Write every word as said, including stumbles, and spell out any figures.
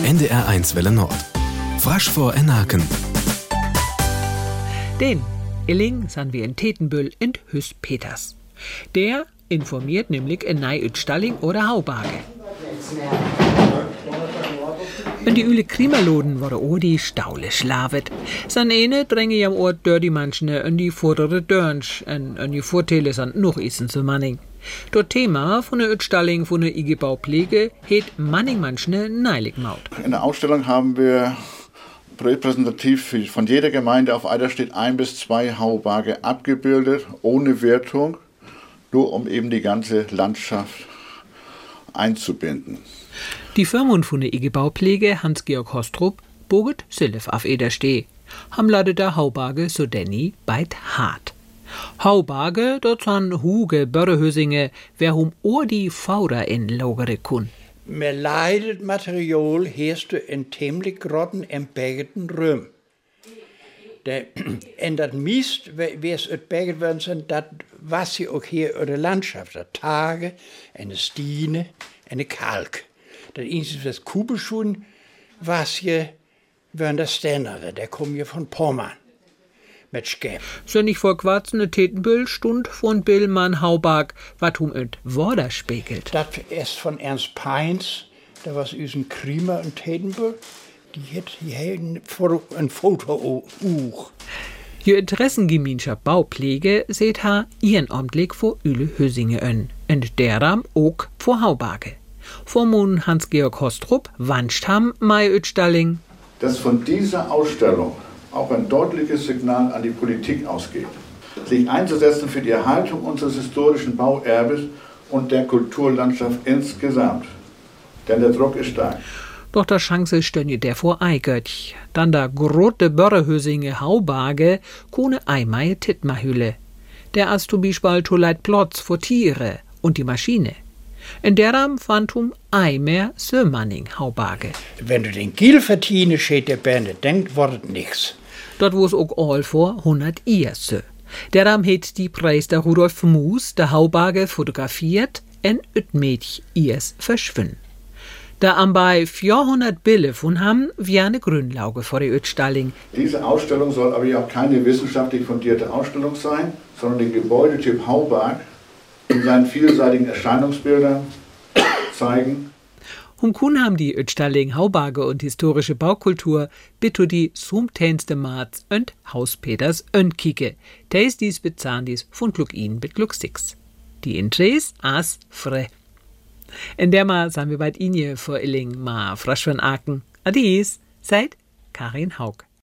N D R eins Welle Nord. Frasch vor Enaken. Den Illing san wir in Tetenbüll in Hüss-Peters. Der informiert nämlich in Neu-Ütstalling oder Haubage. Und die üle Krimerloden wurde o die Staule schlavet. San ene dränge jam Ort dör die Manschne in die vordere Dörnsch, en in die Vorteile san noch isen zu Manning. Dort Thema von der Ütstalling von der I G Baupflege het Manning Manschne neilig maut. In der Ausstellung haben wir repräsentativ von jeder Gemeinde auf einer steht ein bis zwei Haubage abgebildet, ohne Wertung, nur um eben die ganze Landschaft einzubinden. Die Firmen von der I G Baupflege Hans-Georg Hostrup boget Sillef auf Eder steh. Ham lade der Haubage so Denny beit hart. Haubage, dort san Huge, Börrehösinge, wer hum ohr die Fauder in logere kun. Mir leidet Material heerst du in tämlich grotten embägeten Röm. Der, en dat miest, wie es utbäget worden sind, dat was sie auch hier in der Landschaft, der Tage, eine Stine, eine Kalk. Das einzige, was Kubelschuhen, was hier, waren der Stänere, der kommt hier von Pommern. Mit Schäb. So nicht vor Quarzene Tetenbüll stund von Billmann Haubag, wat hum et Worder spiegelt. Das erst von Ernst Peins, da was üsen Krimer und Tetenbüll, die hätt die hätten ein Foto uch. Je Interessengemeinschaft Baupflege seht ha ihren Omblick vor Üle Hösinge ön, und deram ook vor Haubage. Vor Mun Hans-Georg Hostrup wanscht ham Mai Ütstalling. Dass von dieser Ausstellung auch ein deutliches Signal an die Politik ausgeht, sich einzusetzen für die Erhaltung unseres historischen Bauerbes und der Kulturlandschaft insgesamt. Denn der Druck ist stark. Doch der Chance stönje der vor Eigötch. Dann der grote Börrehösinge Haubage kone Eimeie Titmahülle. Der Astubischbal Toleit Plotz vor Tiere und die Maschine. In deram Phantom Eimer Sömanning Haubage. Wenn du den Kiel verdiene, steht der Bände, denkt wortet nix. Dort wo's auch all vor hundert Ierse. Deram het die Priester Rudolf Mus der Haubage fotografiert en üt Mädch iers verschwinn. Da am bei vierhundert Bille von ham wie eine Grünlauge vor der Ütstalling. Diese Ausstellung soll aber ja auch keine wissenschaftlich fundierte Ausstellung sein, sondern den Gebäudetyp Haubag in seinen vielseitigen Erscheinungsbildern zeigen. Hum kun haben die Ütstalling Haubage und historische Baukultur bitto die sumtänste Marz und Haus Peters und Kike. Teis dies bezahn dies von Glück ihn mit Glück six. Die Intres as fre. In der ma san wir bald Inje vor Illing ma frasch von Aken. Adies, seid Karin Haug.